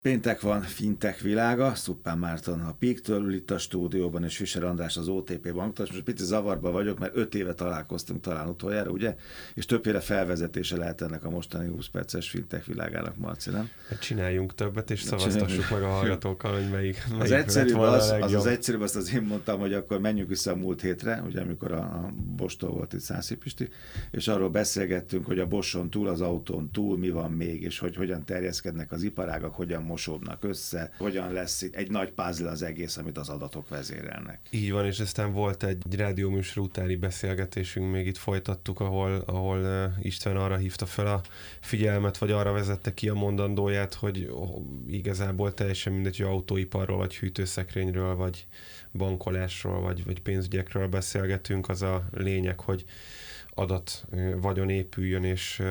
Péntek van, fintech világa, Szuppán Márton a Peak-től ül itt a stúdióban, és Fischer András az OTP banktól, és most picit zavarba vagyok, mert 5 éve találkoztunk talán utoljára, ugye? És többféle felvezetése lehet ennek a mostani 20 perces fintech világának, Marci, nem? Csináljunk többet, és szavaztassuk meg a hallgatókkal, hogy melyik az egyszerűbb az egyszerűbb, azt én mondtam, hogy akkor menjünk vissza a múlt hétre, ugye amikor a Bostól volt itt Szászi Pisti, és arról beszélgettünk, hogy a Boson túl, az autón túl mi van még, és hogy hogyan terjeszkednek az iparágak, hogyan mosódnak össze, hogyan lesz itt egy nagy puzzle az egész, amit az adatok vezérelnek. Így van, és aztán volt egy rádióműsor utáni beszélgetésünk, még itt folytattuk, ahol István arra hívta fel a figyelmet, vagy arra vezette ki a mondandóját, hogy igazából teljesen mindegy, hogy autóiparról, vagy hűtőszekrényről, vagy bankolásról, vagy pénzügyekről beszélgetünk, az a lényeg, hogy vagyon épüljön,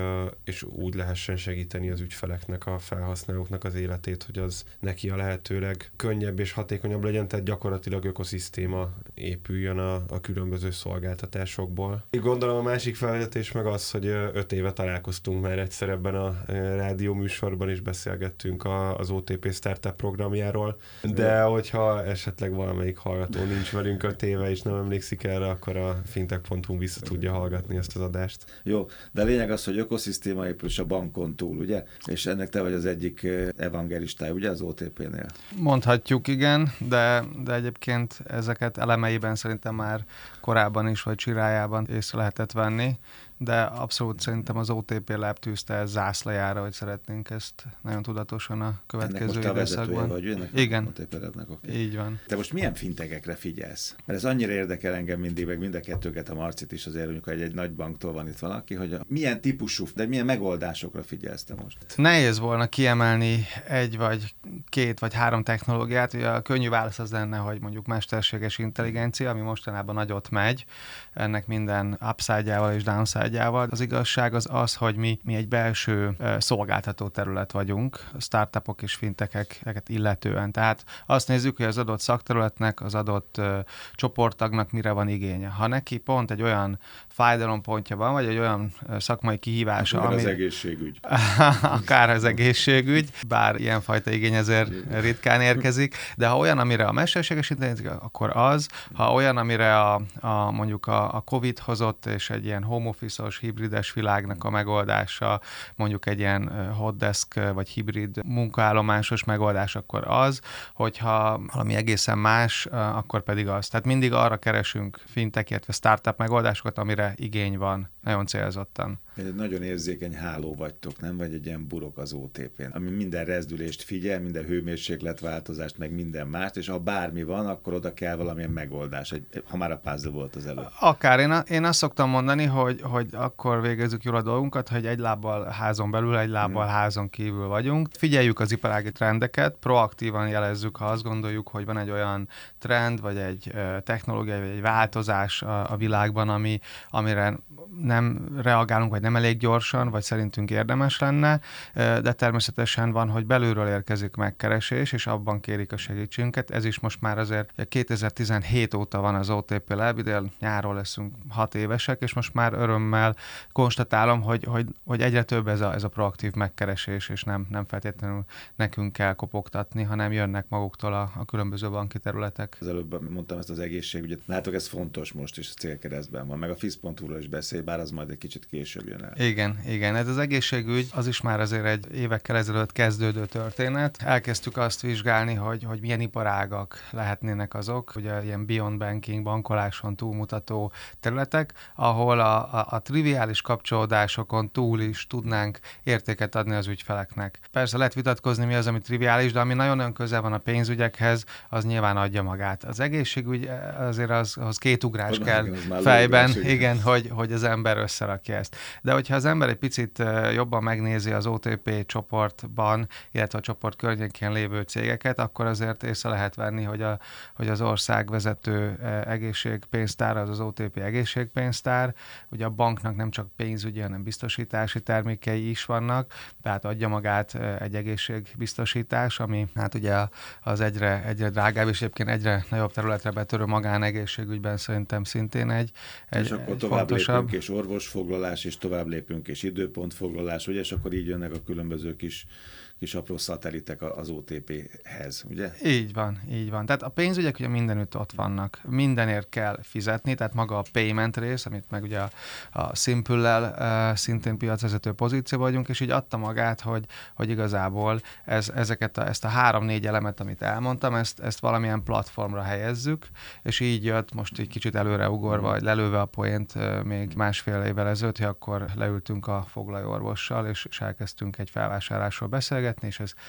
és úgy lehessen segíteni az ügyfeleknek, a felhasználóknak az életét, hogy az neki a lehetőleg könnyebb és hatékonyabb legyen, tehát gyakorlatilag ökoszisztéma épüljön a különböző szolgáltatásokból. Gondolom a másik felvezetés meg az, hogy 5 éve találkoztunk már egyszer ebben a rádió műsorban, és beszélgettünk az OTP Startup programjáról, de hogyha esetleg valamelyik hallgató nincs velünk 5 éve, és nem emlékszik erre, akkor a fintech.hu vissza tudja hallgatni ezt az adást. Jó, de a lényeg az, hogy ökoszisztéma épül a bankon túl, ugye? És ennek te vagy az egyik evangelistája, ugye, az OTP-nél? Mondhatjuk, igen, de egyébként ezeket elemeiben szerintem már korábban is, vagy csirájában észre lehetett venni, de abszolút szerintem az OTP Lab tűzte zászlajára, hogy szeretnénk ezt nagyon tudatosan a következő időszakban. Vagy, igen, OTP Labnek, okay. Így van. Te most milyen fintekekre figyelsz? Mert ez annyira érdekel engem mindig, meg mind a kettőket, a Marcit is, azért mondjuk, hogy egy nagy banktól van itt valaki, hogy milyen típusú, de milyen megoldásokra figyelsz te most? Nehéz volna kiemelni egy vagy 2 vagy 3 technológiát. Ugye a könnyű válasz az lenne, hogy mondjuk mesterséges intelligencia, ami mostanában nagyot megy, ennek minden upside-jával és downside-jával. Az igazság az, hogy mi egy belső szolgáltató terület vagyunk, startupok és fintecheket illetően. Tehát azt nézzük, hogy az adott szakterületnek, az adott csoporttagnak mire van igénye. Ha neki pont egy olyan fájdalompontja van, vagy egy olyan szakmai kihívása, ami... az egészségügy. Akár az egészségügy, bár ilyenfajta igény azért ritkán érkezik, de ha olyan, amire a mesterséges intelligencia, akkor az, ha olyan, amire mondjuk a Covid hozott, és egy ilyen home office-os, hibrides világnak a megoldása, mondjuk egy ilyen hot desk, vagy hibrid munkaállomásos megoldás, akkor az, hogyha valami egészen más, akkor pedig az. Tehát mindig arra keresünk fintech, illetve startup megoldásokat, amire igény van, nagyon célzottan. Egy nagyon érzékeny háló vagytok, nem? Vagy egy ilyen burok az OTP-n, ami minden rezdülést figyel, minden hőmérsékletváltozást, meg minden mást, és ha bármi van, akkor oda kell valamilyen megoldás, ha már a puzzle volt az előbb. Akár. Én azt szoktam mondani, hogy akkor végezzük jól a dolgunkat, hogy egy lábbal házon belül, egy lábbal házon kívül vagyunk. Figyeljük az iparági trendeket, proaktívan jelezzük, ha azt gondoljuk, hogy van egy olyan trend, vagy egy technológiai, vagy egy változás a világban, amire nem reagálunk, vagy nem elég gyorsan, vagy szerintünk érdemes lenne, de természetesen van, hogy belülről érkezik megkeresés, és abban kérik a segítségünket. Ez is most már azért 2017 óta van az OTP Lab, idén nyáron leszünk 6 évesek, és most már örömmel konstatálom, hogy egyre több ez a proaktív megkeresés, és nem feltétlenül nekünk kell kopogtatni, hanem jönnek maguktól a különböző banki területek. Az előbb mondtam ezt az egészségügyet. Látok, ez fontos most is, célkeresztben van, meg a FIS.hu-ról is beszél, bár az majd egy kicsit később jön el. Igen. Ez az egészségügy, az is már azért egy évekkel ezelőtt kezdődő történet. Elkezdtük azt vizsgálni, hogy milyen iparágak lehetnének azok, ugye ilyen beyond banking, bankoláson túlmutató területek, ahol a triviális kapcsolódásokon túl is tudnánk értéket adni az ügyfeleknek. Persze lehet vitatkozni, mi az, ami triviális, de ami nagyon közel van a pénzügyekhez, az nyilván adja magát. Az egészségügy azért ahhoz 2 ugrás kell fejben, igen, hogy az ember összerakja ezt. De hogyha az ember egy picit jobban megnézi az OTP csoportban, illetve a csoport környékén lévő cégeket, akkor azért észre lehet venni, hogy az ország vezető egészségpénztár, az OTP egészségpénztár, ugye a banknak nem csak pénzügyi, hanem biztosítási termékei is vannak, tehát adja magát egy egészségbiztosítás, ami hát ugye az egyre drágább, és egyébként egyre nagyobb területre betörő magánegészségügyben szerintem szintén egy és akkor tovább lépünk, és orvosfoglalás, és tovább lépünk, és időpontfoglalás, ugye, és akkor így jönnek a különböző kis apró szatelitek az OTP-hez, ugye? Így van, így van. Tehát a pénzügyek ugye mindenütt ott vannak. Mindenért kell fizetni, tehát maga a payment rész, amit meg ugye a Simple-lel szintén piacvezető pozícióban vagyunk, és így adta magát, hogy igazából ezt a 3-4 elemet, amit elmondtam, ezt valamilyen platformra helyezzük, és így jött most egy kicsit előreugorva, vagy lelőve a poént még másfél évvel ezelőtt, hogy akkor leültünk a foglalorvossal, és elkezdtünk egy felvásárlásról beszélgetni, és ez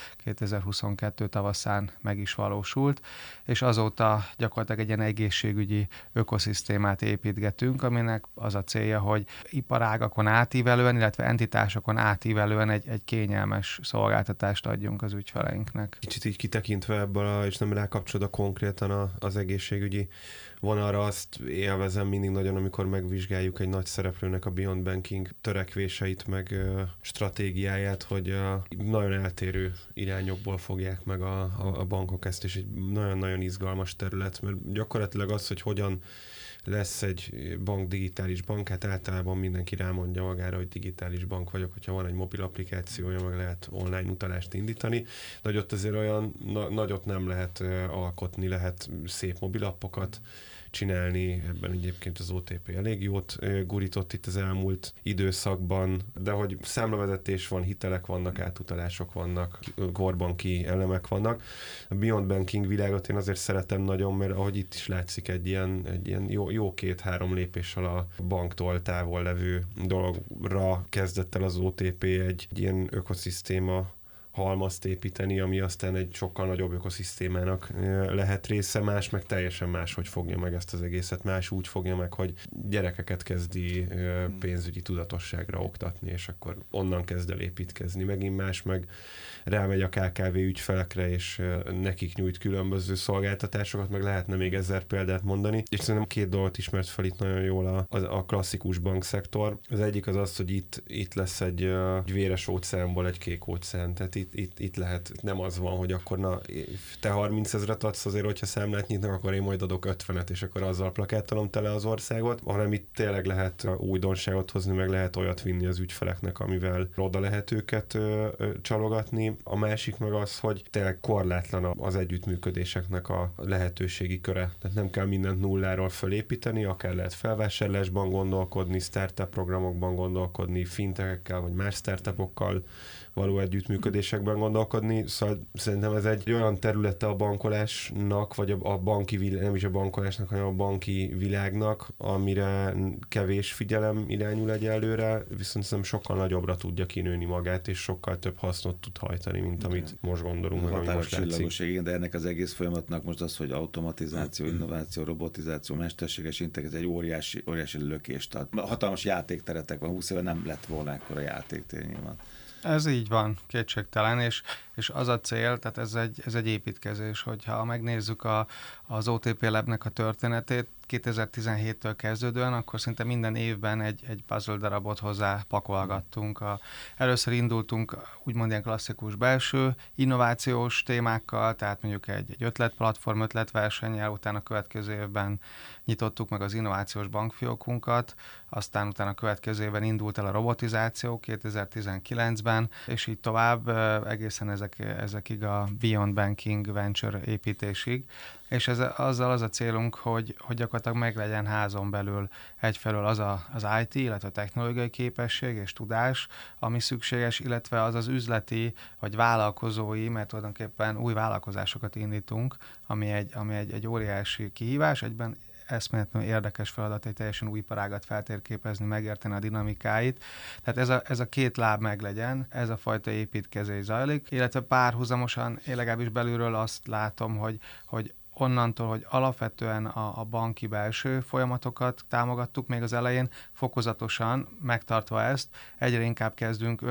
2022 tavaszán meg is valósult, és azóta gyakorlatilag egy ilyen egészségügyi ökoszisztémát építgetünk, aminek az a célja, hogy iparágakon átívelően, illetve entitásokon átívelően egy kényelmes szolgáltatást adjunk az ügyfeleinknek. Kicsit így kitekintve ebből, és nem rákapcsolódva konkrétan az egészségügyi vonalra, azt élvezem mindig nagyon, amikor megvizsgáljuk egy nagy szereplőnek a Beyond Banking törekvéseit, meg stratégiáját, hogy nagyon eltérő irányokból fogják meg a bankok ezt, és egy nagyon-nagyon izgalmas terület, mert gyakorlatilag az, hogy hogyan lesz egy bank digitális bank, hát általában mindenki rámondja magára, hogy digitális bank vagyok, hogyha van egy mobil applikációja, meg lehet online utalást indítani, de hogy ott azért olyan nagyot nem lehet alkotni, lehet szép mobilappokat csinálni, ebben egyébként az OTP elég jót gurított itt az elmúlt időszakban, de hogy számlavezetés van, hitelek vannak, átutalások vannak, core-banki elemek vannak. A Beyond Banking világot én azért szeretem nagyon, mert ahogy itt is látszik egy ilyen jó 2-3 lépéssel a banktól távol levő dologra kezdett el az OTP egy ilyen ökoszisztéma halmazt építeni, ami aztán egy sokkal nagyobb ökoszisztémának lehet része, más meg teljesen más, hogy fogja meg ezt az egészet, más úgy fogja meg, hogy gyerekeket kezdi pénzügyi tudatosságra oktatni, és akkor onnan kezd el építkezni. Megint más meg rámegy a KKV ügyfelekre, és nekik nyújt különböző szolgáltatásokat, meg lehetne még 1000 példát mondani. És szerintem 2 dolgot ismert fel itt nagyon jól a klasszikus bankszektor. Az egyik az, hogy itt lesz egy véres óceánból egy kék óceán, tehát itt lehet, nem az van, hogy akkor te 30 000-et adsz azért, hogyha számlát nyitnak, akkor én majd adok 50-et, és akkor azzal plakátolom tele az országot, hanem itt tényleg lehet újdonságot hozni, meg lehet olyat vinni az ügyfeleknek, amivel oda lehet őket csalogatni. A másik meg az, hogy tényleg korlátlan az együttműködéseknek a lehetőségi köre. Tehát nem kell mindent nulláról fölépíteni, akár lehet felvásárlásban gondolkodni, startup programokban gondolkodni, fintechekkel vagy más startupokkal való együttműködésekben gondolkodni, szóval szerintem ez egy olyan területe a bankolásnak, vagy a banki világ, nem is a bankolásnak, hanem a banki világnak, amire kevés figyelem irányul egyelőre, viszont szerintem sokkal nagyobbra tudja kinőni magát, és sokkal több hasznot tud hajtani, mint amit most gondolunk, meg ami most látszik. De ennek az egész folyamatnak most az, hogy automatizáció, innováció, robotizáció, mesterséges intelligencia egy óriási lökést ad. Hatalmas játékteretek van, 20 éve nem lett volna ekkora játéktér nyilván. Ez így van, kétségtelen, és az a cél, tehát ez egy építkezés, hogyha megnézzük az OTP Labnek a történetét, 2017-től kezdődően, akkor szinte minden évben egy puzzle darabot hozzá pakolgattunk. Először indultunk úgymond ilyen klasszikus belső innovációs témákkal, tehát mondjuk egy ötletplatform, ötletversennyel, utána a következő évben nyitottuk meg az innovációs bankfiókunkat, aztán utána a következő évben indult el a robotizáció 2019-ben, és így tovább egészen ezekig a Beyond Banking Venture építésig. És azzal az a célunk, hogy gyakorlatilag meglegyen házon belül egyfelől az IT, illetve a technológiai képesség és tudás, ami szükséges, illetve az üzleti vagy vállalkozói, mert tulajdonképpen új vállalkozásokat indítunk, ami egy óriási kihívás, egyben eszméletlenül érdekes feladat, egy teljesen új iparágat feltérképezni, megérteni a dinamikáit. Tehát ez a 2 láb meglegyen, ez a fajta építkezés zajlik, illetve párhuzamosan, én legalábbis belülről azt látom, hogy onnantól, hogy alapvetően a banki belső folyamatokat támogattuk még az elején, fokozatosan megtartva ezt, egyre inkább kezdünk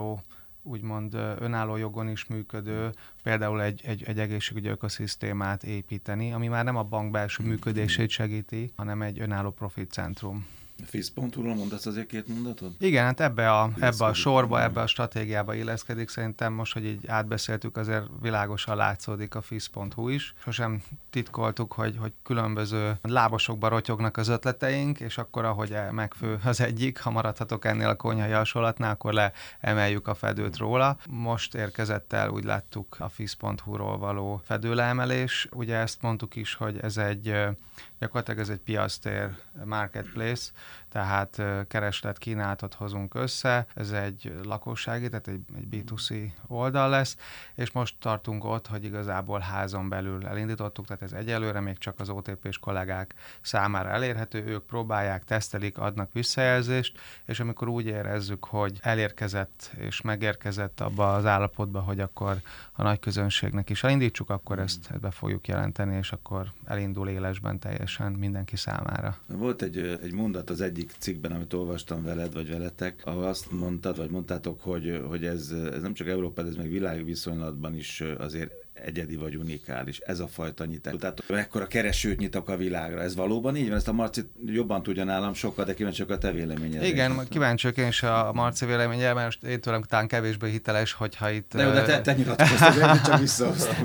önálló jogon is működő, például egy egészségügyi ökoszisztémát építeni, ami már nem a bank belső működését segíti, hanem egy önálló profitcentrum. FISZ.hu-ról mondasz azért 2 mondatot? Igen, hát ebbe a sorba, ebbe a stratégiába illeszkedik. Szerintem most, hogy így átbeszéltük, azért világosan látszódik a FISZ.hu is. Sosem titkoltuk, hogy különböző lábasokba rotyognak az ötleteink, és akkor, ahogy megfő az egyik, ha maradhatok ennél a konyhai hasonlatnál, akkor leemeljük a fedőt róla. Most érkezett el, úgy láttuk, a FISZ.hu-ról való fedőleemelés. Ugye ezt mondtuk is, hogy gyakorlatilag ez egy piactér, marketplace, tehát kereslet kínálatot hozunk össze, ez egy lakossági, tehát egy B2C oldal lesz, és most tartunk ott, hogy igazából házon belül elindítottuk, tehát ez egyelőre még csak az OTP-s kollégák számára elérhető, ők próbálják, tesztelik, adnak visszajelzést, és amikor úgy érezzük, hogy elérkezett és megérkezett abba az állapotba, hogy akkor a nagy közönségnek is elindítsuk, akkor ezt be fogjuk jelenteni, és akkor elindul élesben teljesen mindenki számára. Volt egy mondat az egyik cikkben, amit olvastam veled, vagy veletek, ahol azt mondtad, vagy mondtátok, hogy ez nem csak Európa, ez meg világviszonylatban is azért egyedi vagy unikális, ez a fajta nyitás. Tehát ekkora keresőt nyitok a világra. Ez valóban így van? Ezt a Marci jobban tudja nálam sokkal, de kíváncsiak a te véleményedre. Igen, kíváncsiak én is a Marci véleményedre, mert most én tőlem talán kevésbé hiteles, hogyha itt... De jó, de te nyilatkoztad, én csak visszahoztam.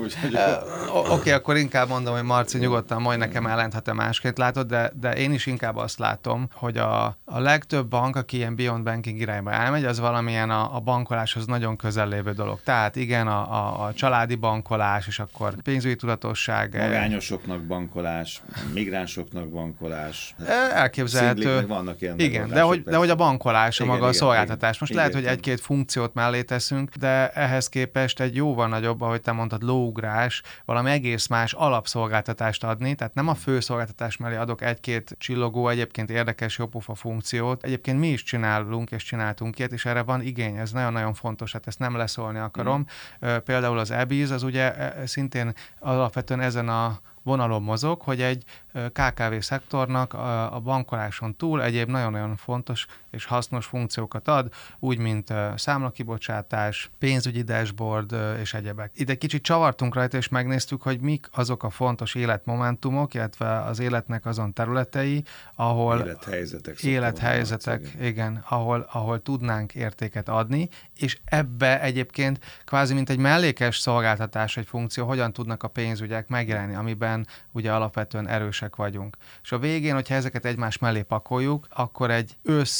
Oké, akkor inkább mondom, hogy Marci nyugodtan majd nekem ellent, ha te másként látod, de én is inkább azt látom, hogy a legtöbb bank, aki ilyen beyond banking irányba elmegy, az valamilyen a bankoláshoz nagyon közel lévő dolog. Tehát igen, a családi bankolás, és akkor pénzügyi tudatosság. Magányosoknak bankolás, migránsoknak bankolás. Elképzelhető. Vannak ilyen igen, de hogy a bankolás, maga a szolgáltatás. Most lehet, hogy egy-két funkciót mellé teszünk, de ehhez képest egy jóval nagyobb, ahogy te mondtad, lóugrás, valami egész más alapszolgáltatást adni, tehát nem a fő szolgáltatás mellé adok egy-két csillogó, egyébként érdekes, jópofa funkciót. Egyébként mi is csinálunk és csináltunk ilyet, és erre van igény, ez nagyon-nagyon fontos, hát ezt nem leszólni akarom. Például az eBiz, az ugye szintén alapvetően ezen a vonalon mozog, hogy egy KKV szektornak a bankoláson túl egyéb nagyon-nagyon fontos és hasznos funkciókat ad, úgy, mint számlakibocsátás, pénzügyi dashboard és egyebek. Ide kicsit csavartunk rajta, és megnéztük, hogy mik azok a fontos életmomentumok, illetve az életnek azon területei, ahol élethelyzetek, igen, ahol tudnánk értéket adni, és ebbe egyébként kvázi mint egy mellékes szolgáltatás, egy funkció, hogyan tudnak a pénzügyek megjelenni, amiben ugye alapvetően erősek vagyunk. És a végén, hogyha ezeket egymás mellé pakoljuk, akkor egy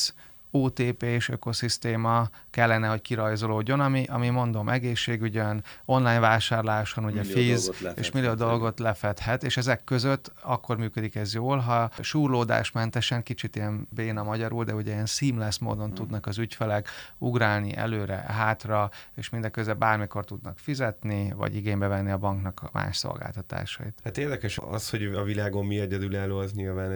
OTP-s ökoszisztéma kellene, hogy kirajzolódjon, ami mondom egészségügyön, online vásárláson, ugye FIZ, és millió dolgot lefedhet, és ezek között akkor működik ez jól, ha súrlódásmentesen, kicsit ilyen béna magyarul, de ugye ilyen seamless módon tudnak az ügyfelek ugrálni előre, hátra, és mindeközben bármikor tudnak fizetni, vagy igénybe venni a banknak a más szolgáltatásait. Hát érdekes az, hogy a világon mi egyedülálló, az nyilván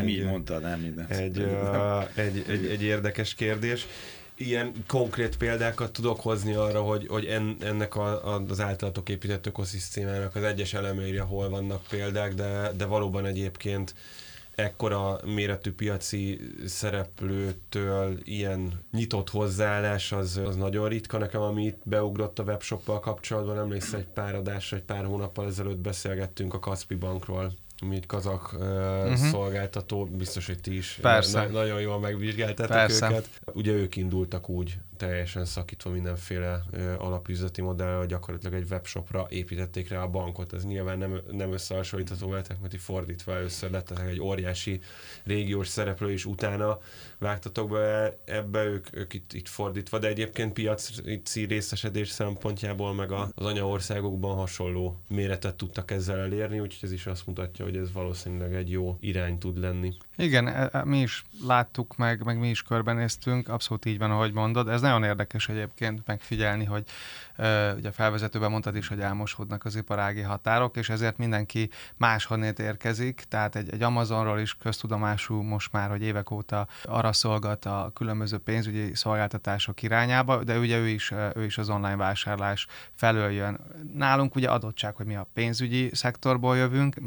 egy érdekes kérdés. Ilyen konkrét példákat tudok hozni arra, hogy ennek az általatok épített ökoszisztémának az egyes elemeire hol vannak példák, de valóban egyébként ekkora méretű piaci szereplőtől ilyen nyitott hozzáállás az nagyon ritka. Nekem, ami itt beugrott a webshoppal kapcsolatban, emlékszem, egy pár adásra, egy pár hónappal ezelőtt beszélgettünk a Kaspi Bankról, ami egy kazak szolgáltató, biztos, hogy ti is nagyon jól megvizsgáltátok őket. Ugye ők indultak úgy, teljesen szakítva mindenféle alapüzleti modellel, hogy gyakorlatilag egy webshopra építették rá a bankot. Ez nyilván nem összehasonlítható veletek, mert először lettetek egy óriási régiós szereplő, és utána vágtatok be ebbe, ők itt fordítva, de egyébként piaci részesedés szempontjából meg az anyaországokban hasonló méretet tudtak ezzel elérni, úgyhogy ez is azt mutatja, hogy ez valószínűleg egy jó irány tud lenni. Igen, mi is láttuk meg mi is körbenéztünk, abszolút így van, ahogy mondod. Ez nagyon érdekes egyébként megfigyelni, hogy ugye a felvezetőben mondtad is, hogy elmosódnak az iparági határok, és ezért mindenki máshonnét érkezik, tehát egy Amazonról is köztudomású most már, hogy évek óta arra szolgat a különböző pénzügyi szolgáltatások irányába, de ugye ő is az online vásárlás felől jön. Nálunk ugye adottság, hogy mi a pénzügyi szektorból jövünk, mi meg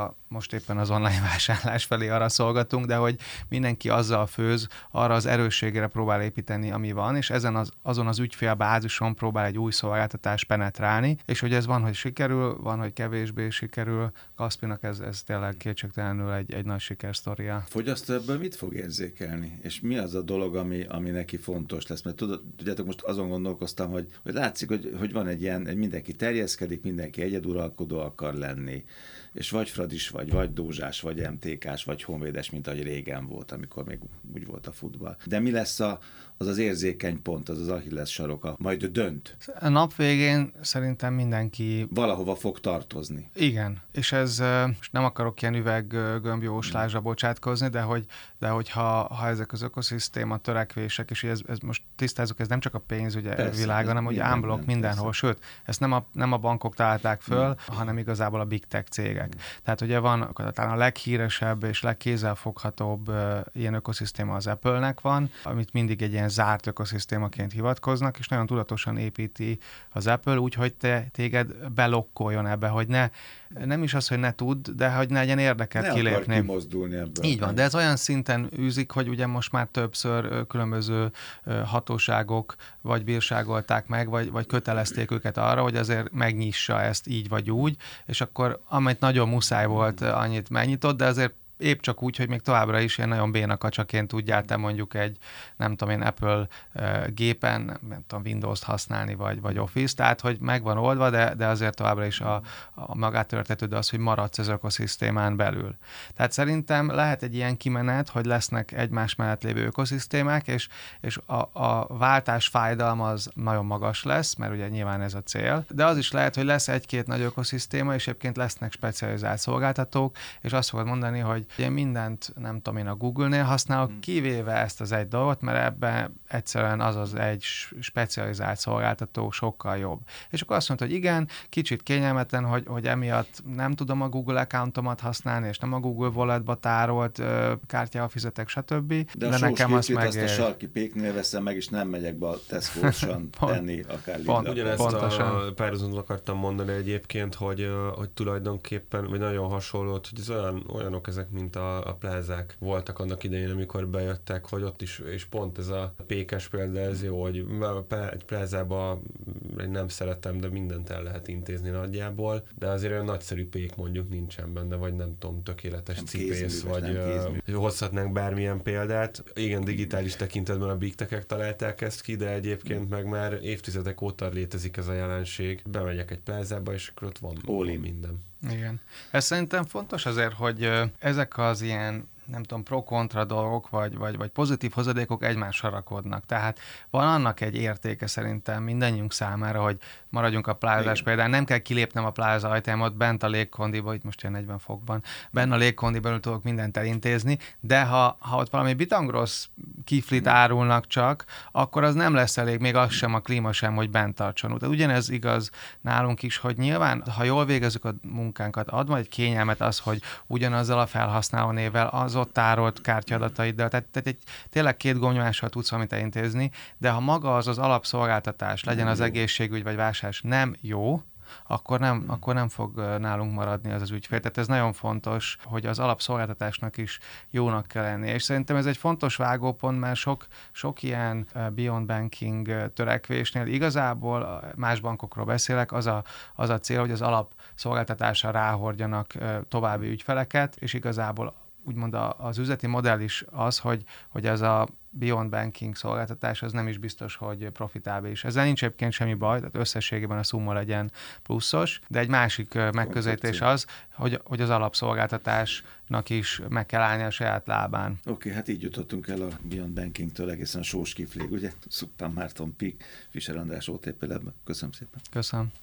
most éppen az online vásárlás felé arra szolgatunk, de hogy mindenki azzal főz, arra az erősségre próbál építeni, ami van, és azon az ügyfélbázison próbál egy új szolgáltatást penetrálni, és hogy ez van, hogy sikerül, van, hogy kevésbé sikerül. Kaspi.nak ez tényleg kétségtelenül egy nagy sikersztoria. Fogyasztó ebből mit fog érzékelni? És mi az a dolog, ami neki fontos lesz? Mert tudjátok, most azon gondolkoztam, hogy látszik, hogy van egy ilyen, mindenki terjeszkedik, mindenki egyeduralkodó akar lenni. És vagy Fradis vagy Dózsás, vagy MTK-s, vagy Honvédes, mint ahogy régen volt, amikor még úgy volt a futball. De mi lesz az érzékeny pont, az Achilles saroka? Majd dönt. A nap végén szerintem mindenki valahova fog tartozni. Igen, és ez, most nem akarok ilyen üveggömbjóslásra bocsátkozni, de hogyha ezek az ökoszisztéma törekvések, és ez most tisztázzuk, ez nem csak a pénzügy világa, hanem hogy unblock mindenhol, sőt, ezt nem a bankok találták föl, hanem igazából a big tech cégek. Tehát ugye van talán a leghíresebb és legkézzelfoghatóbb ilyen ökoszisztéma az Apple-nek van, amit mindig egy ilyen zárt ökoszisztémaként hivatkoznak, és nagyon tudatosan építi az Apple, úgyhogy téged belokkoljon ebbe, hogy nem is az, hogy ne tudd, de hogy ne legyen érdeket kilépni. Ne akar kimozdulni ebből. Így van, de ez olyan szinten űzik, hogy ugye most már többször különböző hatóságok vagy bírságolták meg, vagy kötelezték őket arra, hogy azért megnyissa ezt így vagy úgy, és akkor amit nagyon muszáj volt, annyit megnyitott, de azért épp csak úgy, hogy még továbbra is ilyen nagyon béna kacsaként tudjál te mondjuk egy, nem tudom én, Apple gépen, nem tudom, Windows-t használni, vagy Office, tehát hogy meg van oldva, de azért továbbra is a magát örtetődő az, hogy maradsz az ökoszisztémán belül. Tehát szerintem lehet egy ilyen kimenet, hogy lesznek egymás mellett lévő ökoszisztémák, és a váltás fájdalma az nagyon magas lesz, mert ugye nyilván ez a cél, de az is lehet, hogy lesz egy-két nagy ökoszisztéma, és egyébként lesznek specializált szolgáltatók, és azt fogod mondani, hogy én mindent, nem tudom én, a Google-nél használok, kivéve ezt az egy dolgot, mert ebben egyszerűen az egy specializált szolgáltató sokkal jobb. És akkor azt mondta, hogy igen, kicsit kényelmetlen, hogy emiatt nem tudom a Google accountomat használni, és nem a Google Walletba tárolt kártyával fizetek, stb. De nekem azt a sarki péknél veszem meg, és nem megyek be a Tesco-san tenni akár Lidl-be. Ugyanezt a párhuzamot akartam mondani egyébként, hogy tulajdonképpen, vagy nagyon hasonlót, hogy az olyanok ezek, mint a plázák voltak annak idején, amikor bejöttek, hogy ott is, és pont ez a pékes példa, ez jó, hogy egy plázába nem szeretem, de mindent el lehet intézni nagyjából, de azért olyan nagyszerű pék mondjuk nincsen benne, vagy nem tudom, tökéletes nem cipész, vagy hozhatnánk bármilyen példát. Igen, digitális tekintetben a big tech-ek találták ezt ki, de egyébként meg már évtizedek óta létezik ez a jelenség. Bemegyek egy plázába, és akkor ott van minden. Igen. Ez szerintem fontos azért, hogy ezek az ilyen, nem tudom, pro-kontra dolgok, vagy pozitív hozadékok egymásra rakodnak. Tehát van annak egy értéke szerintem mindannyiunk számára, hogy maradjunk a plázás például. Nem kell kilépnem a pláza ajtajmot, bent a légkondiba, itt most ilyen 40 fokban, bent a légkondiban tudok mindent elintézni, de ha ott valami bitangrossz kiflit árulnak csak, akkor az nem lesz elég, még az sem, a klíma sem, hogy bent tartson. Tehát ugyanez igaz nálunk is, hogy nyilván, ha jól végezzük a munkánkat, ad majd egy kényelmet az, hogy ugyanazzal a felhasználó névvel az ott tárolt kártyadataiddal, tehát tényleg 2 gombnyomással tudsz valamit elintézni, de ha maga az alapszolgáltatás, legyen az egészségügy vagy vásárlás nem jó, akkor nem fog nálunk maradni az ügyfél. Tehát ez nagyon fontos, hogy az alapszolgáltatásnak is jónak kell lenni. És szerintem ez egy fontos vágópont, mert sok ilyen beyond banking törekvésnél igazából más bankokról beszélek, az a cél, hogy az alapszolgáltatásra ráhordjanak további ügyfeleket, és igazából úgymond az üzleti modell is az, hogy ez a beyond banking szolgáltatás, az nem is biztos, hogy profitábilis. Ezzel nincs egyébként semmi baj, tehát összességében a szumma legyen pluszos, de egy másik megközelítés az, hogy az alapszolgáltatásnak is meg kell állni a saját lábán. Oké, hát így jutottunk el a beyond bankingtől egészen a sós kiflig, ugye? Szuppán Márton Pik, Fischer András OTP Lab. Köszönöm szépen. Köszönöm.